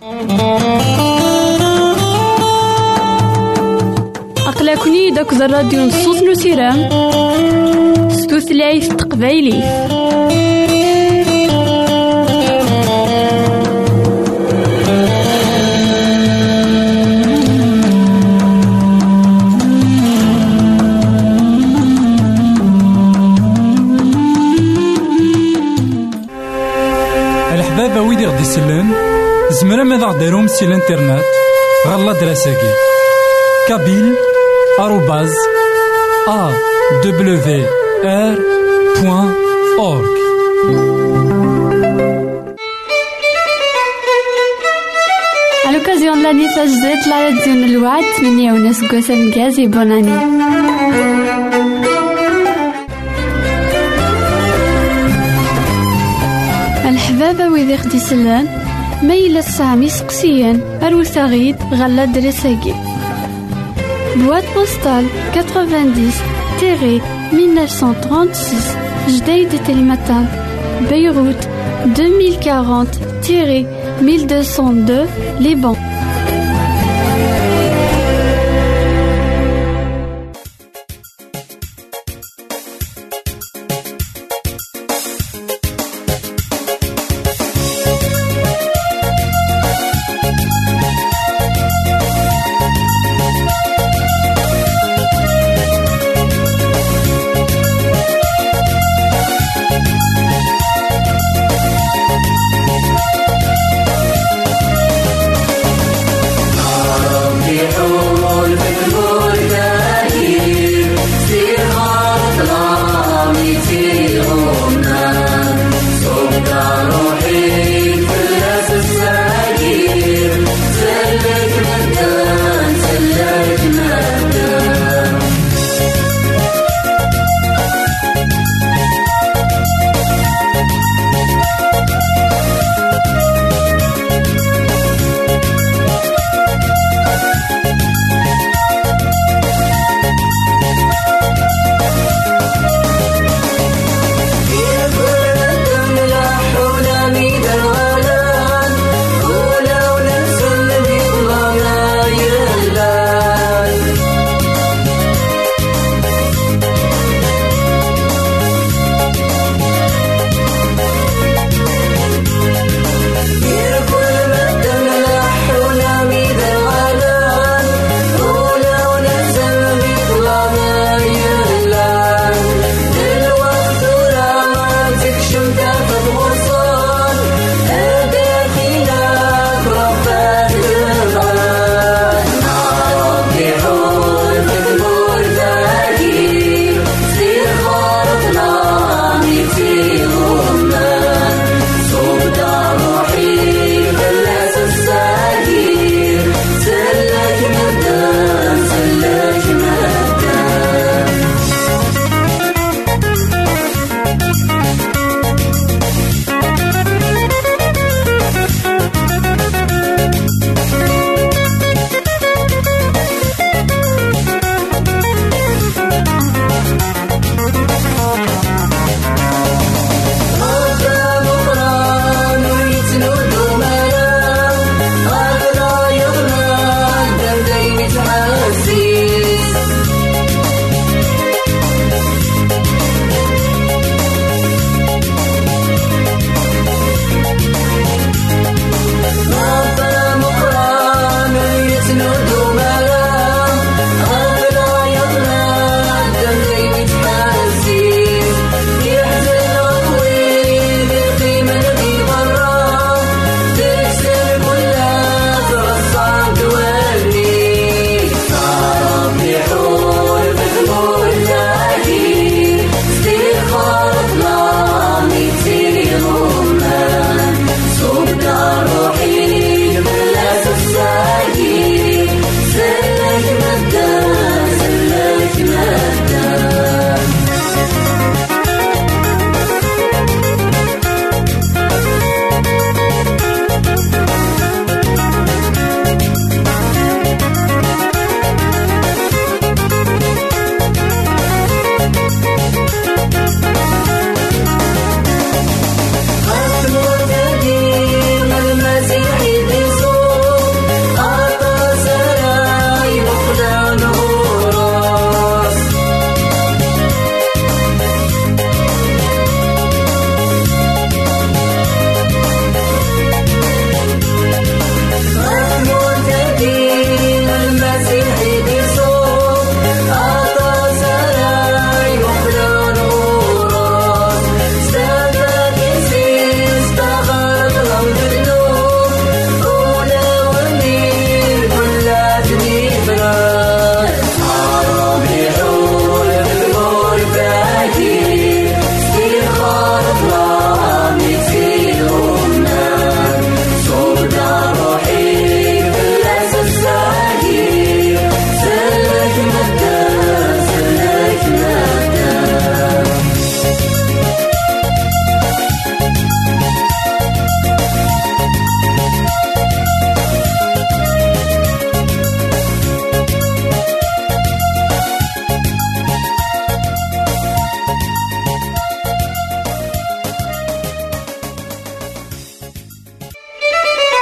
أقلكني داك الراديو نصوص نسيرام ستوثلايف تقبايلي. الحبابة ويدي غدي يسلن زمرا ماذا غديرهم سي الانترنت غالا دراساكي kabyle@awr.org. À l'occasion de l'année Tajdet, la radio Nlouad, Mini Younes Gossem Gazi, bonne année. الحبابة ويدي خدي سلان ميلة سامي سقسيان أروثاغيد غالا دراساكي boîte postale 90-1936 Jdeï de Telmatan Beyrouth 2040-1202 Liban.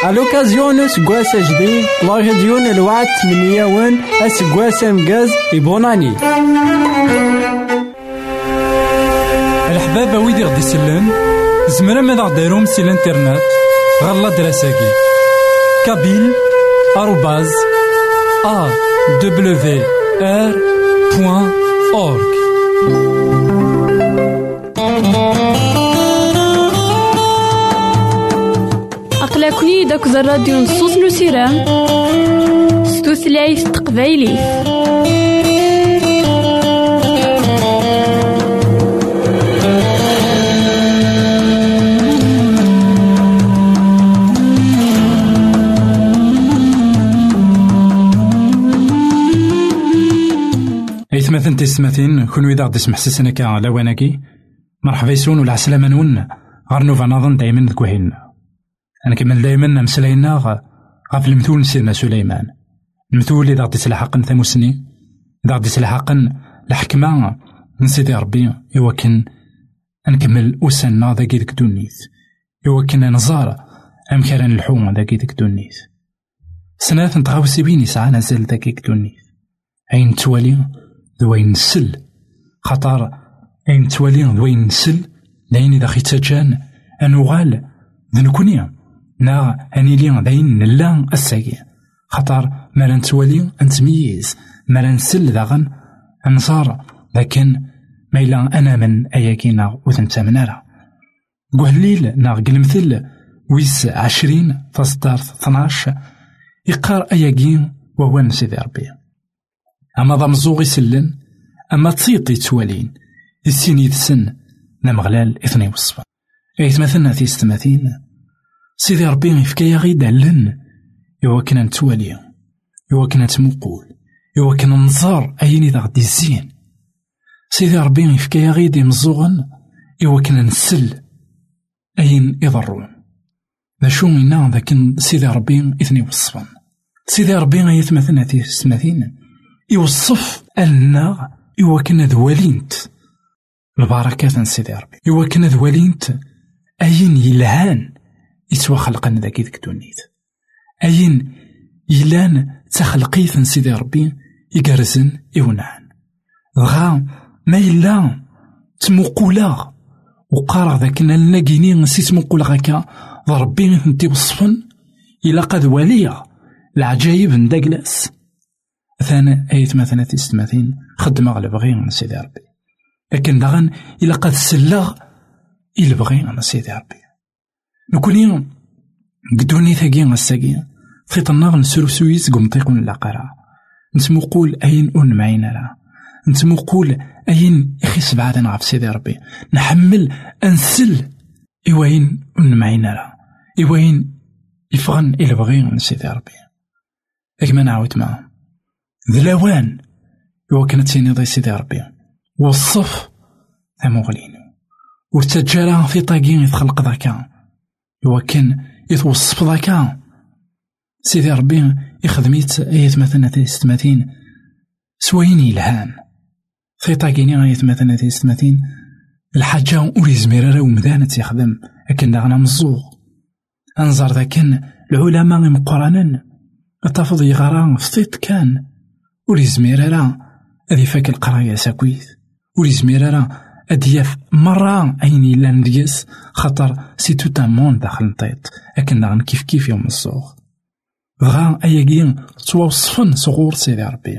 الوكازيون سكواس جديد لا ديون الوعد من يوان اسكواس مجاز يبوناني الحبابة ويدي غدي سلان زمرا ماذا غديرهم سي الانترنت غالا دراساكي كابيل @awr.org. أقلكني داك الراديو نصوص نسيرام ستوثلايف تقبايلي مثلا تسمثين كون إذا غدي تسمح سسنا كا على واناكي مرحبا يسون ولا عسلامة نون غارنوفا نظن دايما ذكوهينا أنا كمل دايما مسلاينا غاف المثول سيدنا سليمان المثول إذا غدي تلحقن ثموسني إذا غدي تلحقن الحكمة من سيدي ربي يوكن نكمل أسنا ذاكي ذاك دونيث يوكن نزار أمكران الحوم ذاكي ذاك دونيث سنات نتغاوسي بيني ساعة نزل ذاكي دونيث عين توالي ذوين نسل خطر عين توالي ذوين نسل لين إذا خيتاجان أنوغال ذنكونيا نا أنيليا ذاين نلا الساقي خطر مالا نتوالي أنتميز مالا نسل ذاغن أنصار لكن مايلا أنا من أياكينا وثنتامنارا قهليل ناغ المثل ويس 20 تصدار 12 يقار أياكين وهو نسيدي ربي أما ضمزوغي سلن أما تصيطي توالين السيني السن نمغلال إثني وصفا إيت مثلنا في ستماثين سيدي ربي يفكايا غيدا لن يوكنا نتوالي يوكنا تمقول يوكنا ننظر أين إذا غدي الزين سيدي ربي يفكايا غيدي مزوغن يوكنا نسل أين يضرون ذا شو منا ذاكن سيدي ربي إثني وصفا سيدي ربي يتمثلنا في ستماثين يوصف أننا يوكنا ذوالينت البركات نسيدي ربي يوكنا ذوالينت أين يلهان يتوا خلقنا ذاك ذاك دونيت أين يلان تخلقيت نسيدي ربي يقرزن يونعن غا ما يلا تمقولا وقارا ذاكنا لناقيني نسي تمقولا غاكا ضربي نتي وصفن إلا قد وليا العجايب نداقلاس ثاني أيت مثلا تستماثين خدمة على بغي من سيدي ربي لكن داغن إلا قد سلغ إلا بغي من سيدي ربي نكوني قدوني ثاقين الساقين فيط النار نسلو سويس قمطيقون لاقرا نتمقول أين أون معينا لا نتمقول أين إخيس بعدا نعرف سيدي ربي نحمل أنسل إيوين أون معينا لا إيوين يفغن إلا بغي من سيدي ربي أكما نعاود معهم ذلاوان يوكنا تيني ضي سيدي ربي والصف ثموغلين ورتجالا في طاقين يتخلق ذاكا يوكن يتوصف ذاكا سيدي ربي يخدميت ايت مثلا تيستماتين سوين يلهان في طاقين ايت مثلا تيستماتين الحاجة وريزمير راه ومدانة يخدم لكن داغنا مزوغ انظر ذاكن العلماء مقرانا التفض يغران فطيط كان وريزمير راه أذي فاك القراية ساكويت وريزمير راه أدياف مرة أين إلا نديس خطر سي توت ان مون داخل نطيط لكن داغن كيف يوم الصوغ بغا أياكين توصفن صغور سيدي ربي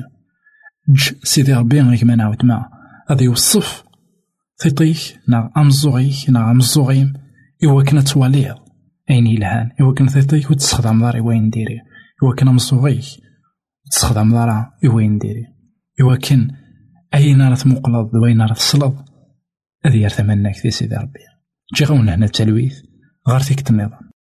سيدي ربي غيك ما نعاود ما غادي يوصف ثيطيك نا أمزوغيك نا أمزوغيم إوا كنا تواليض أين يلهان إوا كنا ثيطيك وتستخدم داري وين ديري إوا كنا مزوغيك وتستخدم دارا وين ديري إوا كن أين راه تمقلض وين راه تصلض أذي يرثمناك في سيدي ربي جي غونا هنا التلويث غير فيك النظام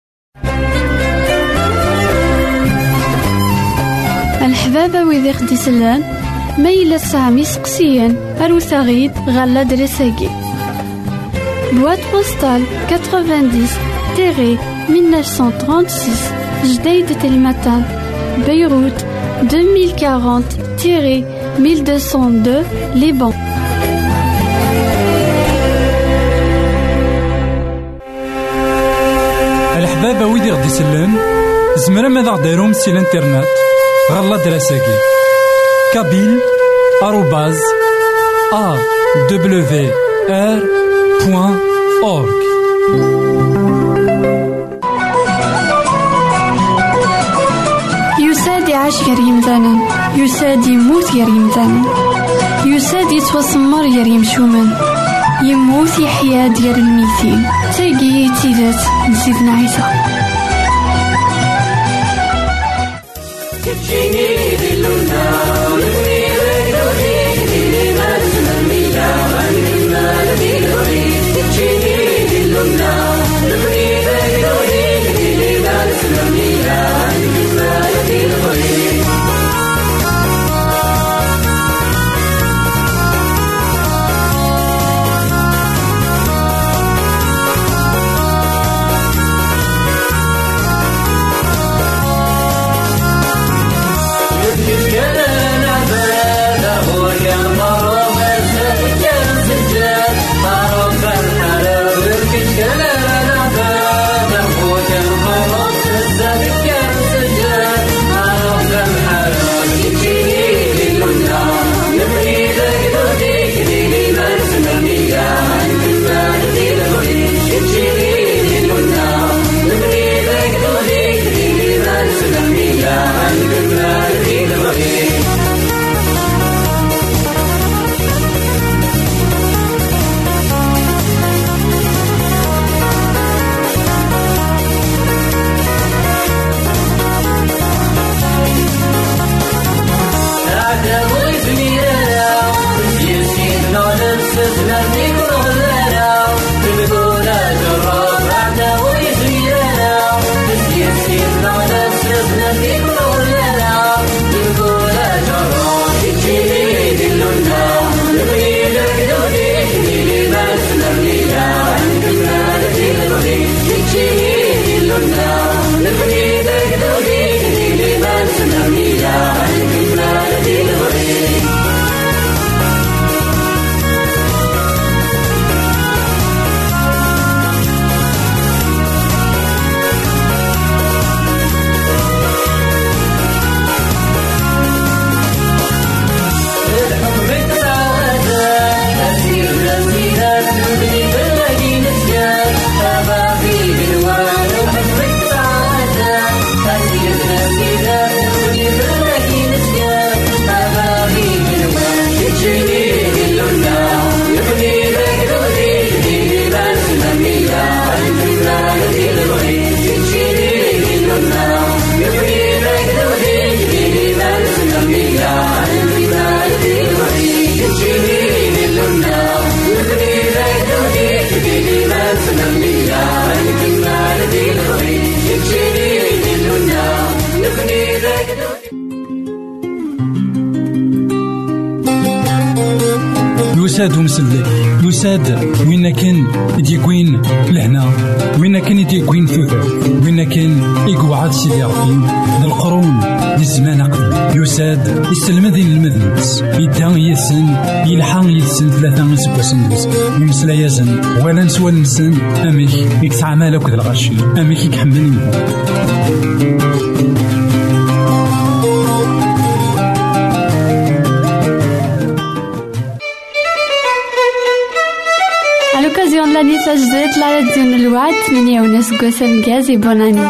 الحبابة ويدي خدي سلان ميلا سامي سقسيان أروثاغيد غالا دريساكي بواد بوستال 90-1936 جديد تلمتان بيروت 2040-1202 ليبان. الحبابة ويدي غدي سلان زمرا ماذا غديرهم سي الانترنت غالا دراساكي kabyle@awr.org. يساد يعيش غير يمثالا، يساد يموت غير يمثالا، يساد يتوسمر غير يمشومان، يموت يحيا ديال الميتين. تاقي تيدات نزيدنا عيسى. يساد ومسلك يساد وين كان يديكوين لهنا وين كان يديكوين ثوثر وين كان يقعد سيدي ربي للقرون للزمان قبل يساد يسلم ذي المذنبس يدان يسن يلحق يسن 3 سباسن يمسلا يزن ولا نسوى نسن اميك يكسع مالك ذا الغشي اميك يكحمل l'occasion de l'année تجديد la radio الوعد 8 غازي بوناني.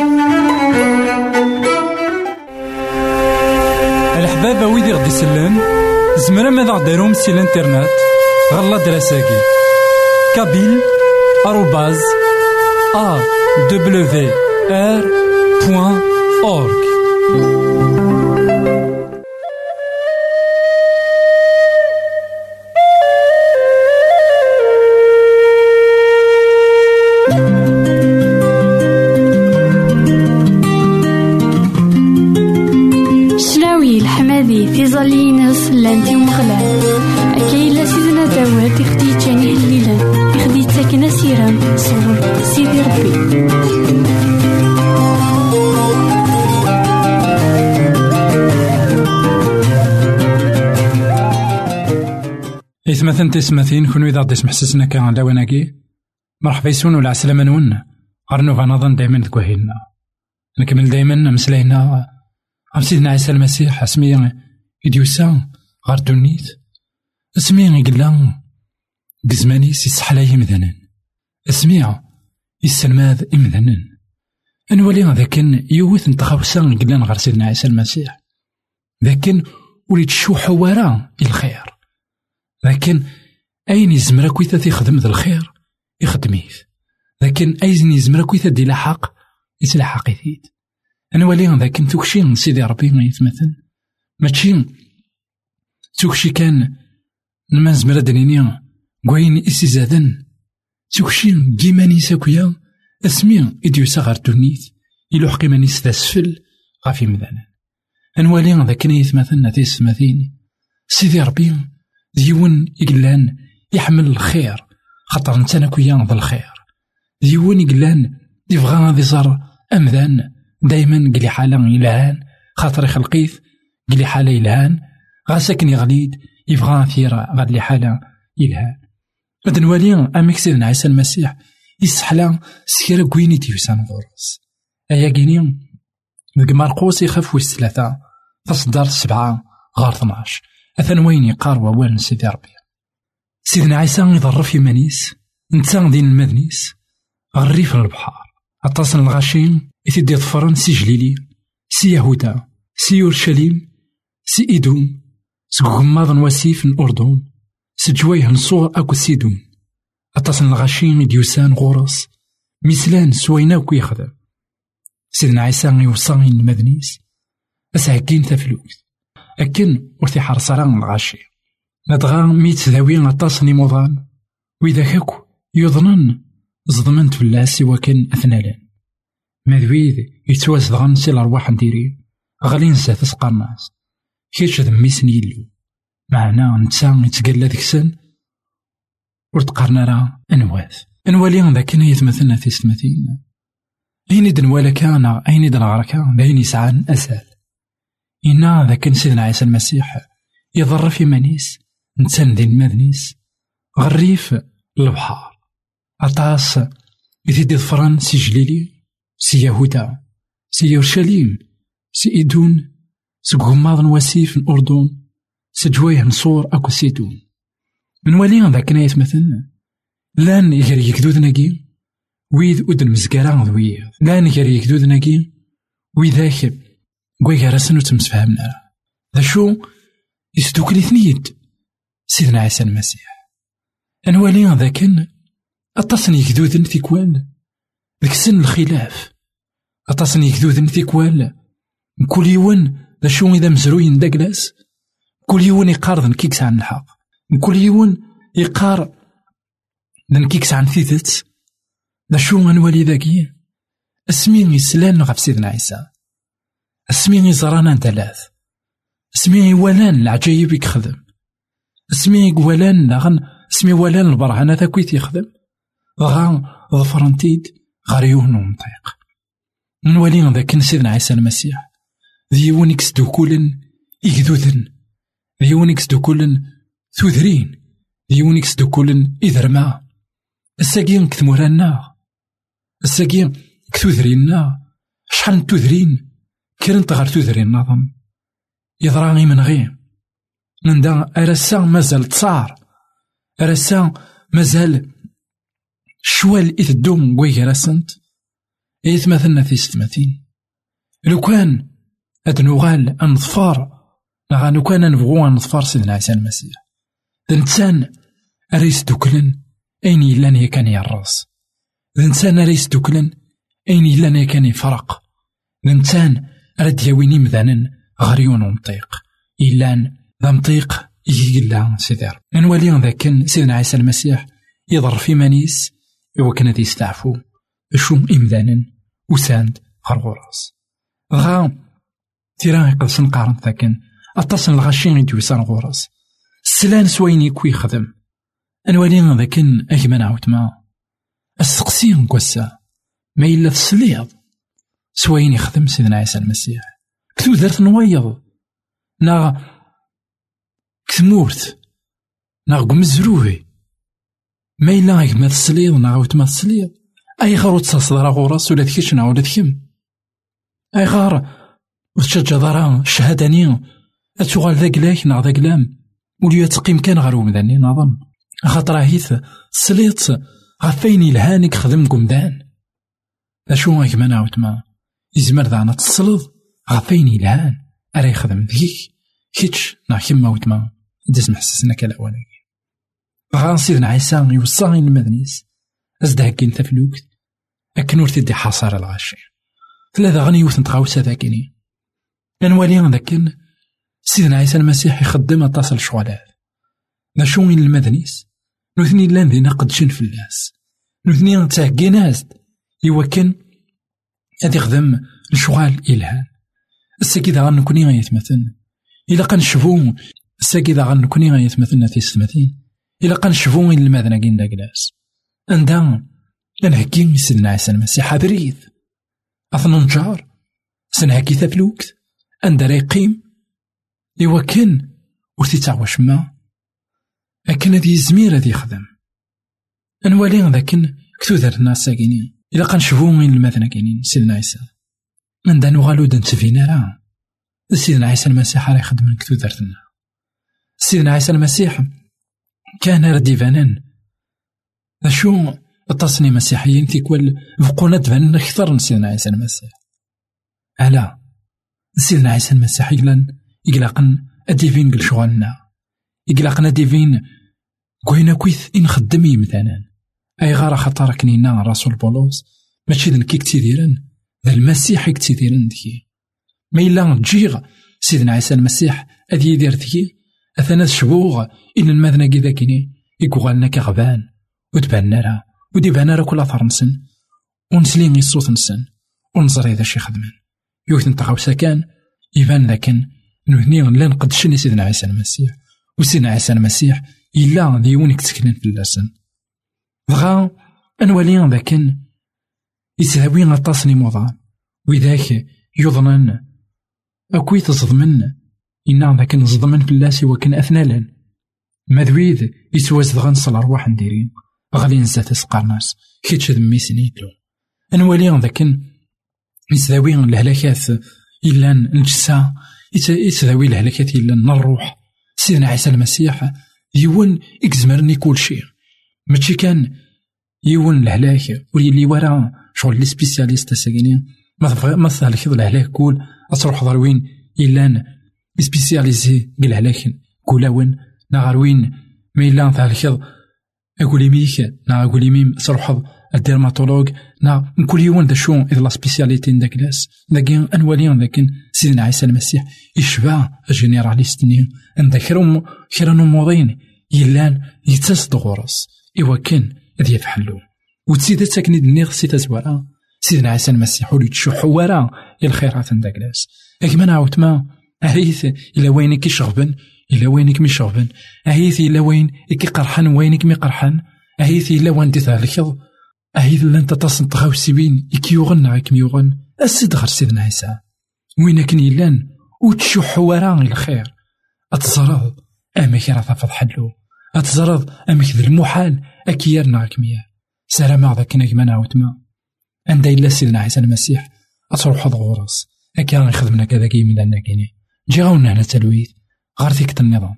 الحبابة ويدي غدي يسلم زمرا ماذا غديرهم سي الانترنت غالا دراساكي kabyle@awr.org. تيزالينس لانتي ومغلال أكايلا سيدنا داود يخدي تاني هليلا يخدي تاكنا سيران صور سيدي ربي. إثمثن تسمثين كونو إذا غدي سمحسسنا كان لاوناكي مرحبا يسون ولا عسلامة نون غرنوفا نظن دايما تكوهيلنا نكمل دايما مسلاينا عن سيدنا عيسى المسيح اسمي إديوسا غار دونيت اسمي قلان قزماني سيسحلا يمذنن اسمي يسلماذ إمذنن أنولي ذاكن يوث نتخاوسا قلان غار سيدنا عيسى المسيح ذاكن وليد شو حوارا الخير لكن أين يزمرا كويتا تيخدم ذا الخير يخدميه لكن أين يزمرا كويتا دي لحق يتلحق يثيد أنا وليا ذاك توكشي سيدي ربي ما يتمثل ماشي توكشي كان نما زمرا دنينيا قوين إستزادن توكشي كيماني ساكويا اسمي إديوسا غار دونيت إلو حقي ماني ستاسفل غافي مذانا أنا وليا ذاك يتمثل نتيس مثين سيدي ربي ديون يقلان يحمل الخير خاطر نتانا كويا ذا الخير ديون يقلان يبغى غادي صار أمذان دايما قلي حالة يلهان خاطر يخلقيث قلي حالة يلهان غاساكن يغليد يبغى ثيرا غادي حالة يلهان غادي نولي أميك سيدنا عيسى المسيح يسحلا سكيرا كويني تيوسان غورس أيا كيني ذك مرقوس يخاف ويس 3 تصدر 7 غار 12 أثن وين يقار ووالن سيدي ربي سيدنا عيسى يضرف يمانيس نتا دين المدنيس غريف البحار أتصل الغاشين يتدي ظفرن سي جليلي سي يهودا سي يورشليم سي إيدوم سكغماض وسيف الأردن سي جويه نصور أكو سيدون أتصل الغاشين ديوسان غورس مثلان سويناوك يخدم سيدنا عيسى يوصاني المدنيس أسعكين تفلوس أكن ورثي حرصران الغاشي ندغا ميت ذاوين أتصني موضان وإذا كاكو يظنن زضمنت فلاسي وكان أثنالان ماذويذ يتوازدغن سي الأرواح نديري غالين زات سقرناس كيش ذميسن يلو معنا نتسا يتقال ذيك سن ورتقارنا راه أنواث أنوالي ذا كان يتمثلنا في ستمثين أين دنوالا كان أين دنغرا كان ذاين يسعان أسال إنا ذا كان سيدنا عيسى المسيح يضر في منيس نتسان ذي المذنيس غريف البحار أطاس يثيدي ظفران سي جليلي سي يهودا سي يورشليم سي إيدون سي غماض وسيف الأردن سي جويه نصور أكو سيدون من وليان ذاك نايت مثلنا لان يجري يكدود ناقي ويذ أدن مزقاران ذويذ لان يجري يكدود ناقي ويذاك قوي راسن وتمسفهمنا ذا شو يستوكلي ثنيد سيدنا عيسى المسيح أنواليان ذاكن أتصني يكدود ثيكوال ذاك سن الخلاف أتصني يكدود ثيكوال كل يوم ذا شو إذا مزروين داكلاس كل يوم يقار ذن كيكس عن الحق كل يوم يقار ذن كيكس عن ثيثت ذا شو أنوالي ذاكي اسمي يسلان غف سيدنا عيسى اسمي زرانا ثلاث اسمي ولان العجايب يخدم اسمي ولان لغن اسمي ولان البرهانة ذاكويت يخدم غا ظفرنتيد غريون ومطيق نولي ذاك سيدنا عيسى المسيح ذيونيكس دوكولن يجدودن ذيونيكس دوكولن ثوذرين ذيونيكس دوكولن إذرما الساقين كثمورانا الساقين كثوذريننا شحال نتوذرين كرنت غير توذرين نظم يضراني من غير نندا أرسا مازال تصار أرسا مازال شوال إثدوم قوي راسنت إيثمثلنا في ستمثين لو كان أدنوغال أنظفار لو كان نبغو أنظفار سيدنا عيسى المسيح الإنسان أريس دوكلن أين يلان يكان يراس الإنسان أريس دوكلن أين يلان يكان يفرق الإنسان رد يويني مذانن غريون ومطيق إلان ذا مطيق يجيلا سيدار نولي ذاك سيدنا عيسى المسيح يضر في منيس وكان ذي يستعفو شوم إمذانا وساند غرغوراس غا تيران يقلسن قارن ذاكن أتصل الغاشين يدوسان غوراس سلان سويني كوي خدم أنوالي ذاكن أجمن عوتما السقسين كوسا ما إلا السليض سويني خدم سيدنا عيسى المسيح كتو درت نويض نا كثمورت نا قمزروهي ما إلا أجمد السليض نا عوتما السليض أي غروت تصدر غوراس ولا تكيشنا ولا تكيم أي غار وتشجع ضرا الشهاداني أتوغال ذاك لاك نا ذاك لام وليا تقيم كان غير ومداني نظن خاطر هيث سليت غفين يلهانك خدم قمدان أشو غيك ما نعاود ما يزمر ذانا تصلد غفين يلهان أرا يخدم ذيك كيتش نا كيما وتما داز محسسنا كالأواني غان سيدنا عيسى يوصاني المدنيس أزدهكين تفلوك أكنور تدي حصار الغاشي ثلاثة غني يوثن تغاوسة ذاكيني نوالي ذاكين سيدنا عيسى المسيح يخدم اتصل شغالات نشوين المدنيس نوثني لان ذينا قدشين في الناس نوثني تاكيناز يوكن هذي خدم الشغال إلهان الساكيدا غنكوني غيتمثل إلا قنشفو الساكيدا غنكوني غيتمثلنا في السماتين إلا قنشفو المدنة كين داكلاس عندها نهكي سيدنا عيسى المسيح بريد أثنون جار سنهكي ثفلوكت عند رايقيم يوكن ورثي تعوش ما لكن هذه الزميرة ذي خدم أنوالي ذاكن كتوذر الناس ساكينين إلا قنشفو من المثنى كاينين سيدنا عيسى عندها نغالو دنتفينا راه سيدنا عيسى المسيح راه يخدم من كتوذرتنا سيدنا عيسى المسيح كان رديفانان شو التصنيم مسيحيين تيكوال بقونا دفننا أكثر من سيدنا عيسى المسيح ألا سيدنا عيسى المسيح يقلقن أديفين قل شغالنا يقلقنا ديفين قوينا كويث إن خدمي مثلا أي غارة خطارة كنينا رسول بولوس ماشي ذن كي كتيديرن ذا المسيح كتيديرن دكي ما إلا تجيغ سيدنا عيسى المسيح أذي يدير دكي أثناء شبوغ إن المذنى كذا كيني يقوغالنا كغبان ودبانا راه وديبانا راه كل أثر نسن ونسلين الصوت نسن ونزري ذا شي خدمان يوثن تغاوسا كان يبان ذاكن نهني لا نقدشني سيدنا عيسى المسيح وسيدنا عيسى المسيح إلا ديونك تسكنين في اللسن بغا أنوالي ذاكن يسهوي غطاسني موضان وذاك يظنن أكوي تظضمن إنا ذاكن زضمن في اللاسي وكن أثنالا مذويذ يتوازد غنصل أرواح نديرين غالي نزات سقارناس كيتش ذمي سنيتلو أنوالي ذاكن يسهوي الهلاكات إلا نجسا يتذاوي الهلاكات إلا نروح سيدنا عيسى المسيح يون إكزمرني كل شيء ماشي كان يون الهلاك واللي ورا شغل لي سبيسياليست ساكنين ما ثالث الهلاك كول أتروح ضروين إلا سبيسياليزي بالهلاك كولاون نغروين ما إلا ثالث أقولي ميك أقولي ميم تروح الديرماتولوج نقول يوم ذا شو إذا لا سبيسياليتي داك ناس لكن أنواليا لكن سيدنا عيسى المسيح يشبع الجينيراليستني عند خير نموضين يلان يتصد غرس إوا كان هذي يفحلو وتسيد تسكني دنيغ سيتا زوارا سيدنا عيسى المسيح ولي تشوح ورا الخيرات عندك ناس لكن ما نعاود ما أهيث إلا وينك يشغبن إلا وينك مشغبن أهيث إلا وين كي قرحان وينك مي قرحان أهيث إلا وين تثالكض أهيث لن تتصن تغاوسي بين إكي يغن عاكم يغن أسد غير سيدنا عيسى وين كن يلان وتشوح ورا الخير أتزرض أمك راه تفض حلو أتزرض أمك ذا المحال أكي يرنا عاكمية سلام ذاك نجم نعاود ما عند إلا سيدنا عيسى المسيح أتروح غورس أكي راه يخدمنا كذا كي من لنا كيني جي غاونا هنا تلويث غير ثيك النظام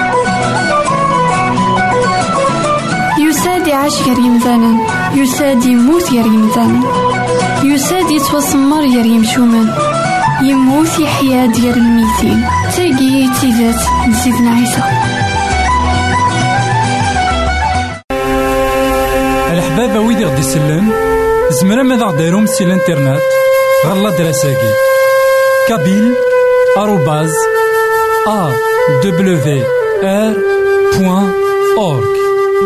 يسادي عاش يريم زانن يسادي موت يريم زانن يسادي توسمر يريم شومن يموت يحيا ديال الميتين تاقي تيزات لسيدنا عيسى. الحبابة ويدي غدي يسلم زمرا ماذا غديرهم سي الانترنت غالا دراساكي كابيل آروباز awr.org.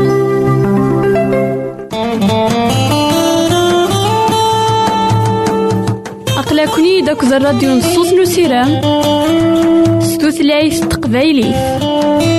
أقلكني داك الراديو نصوص نسيران ستوثلايف تقبايلي.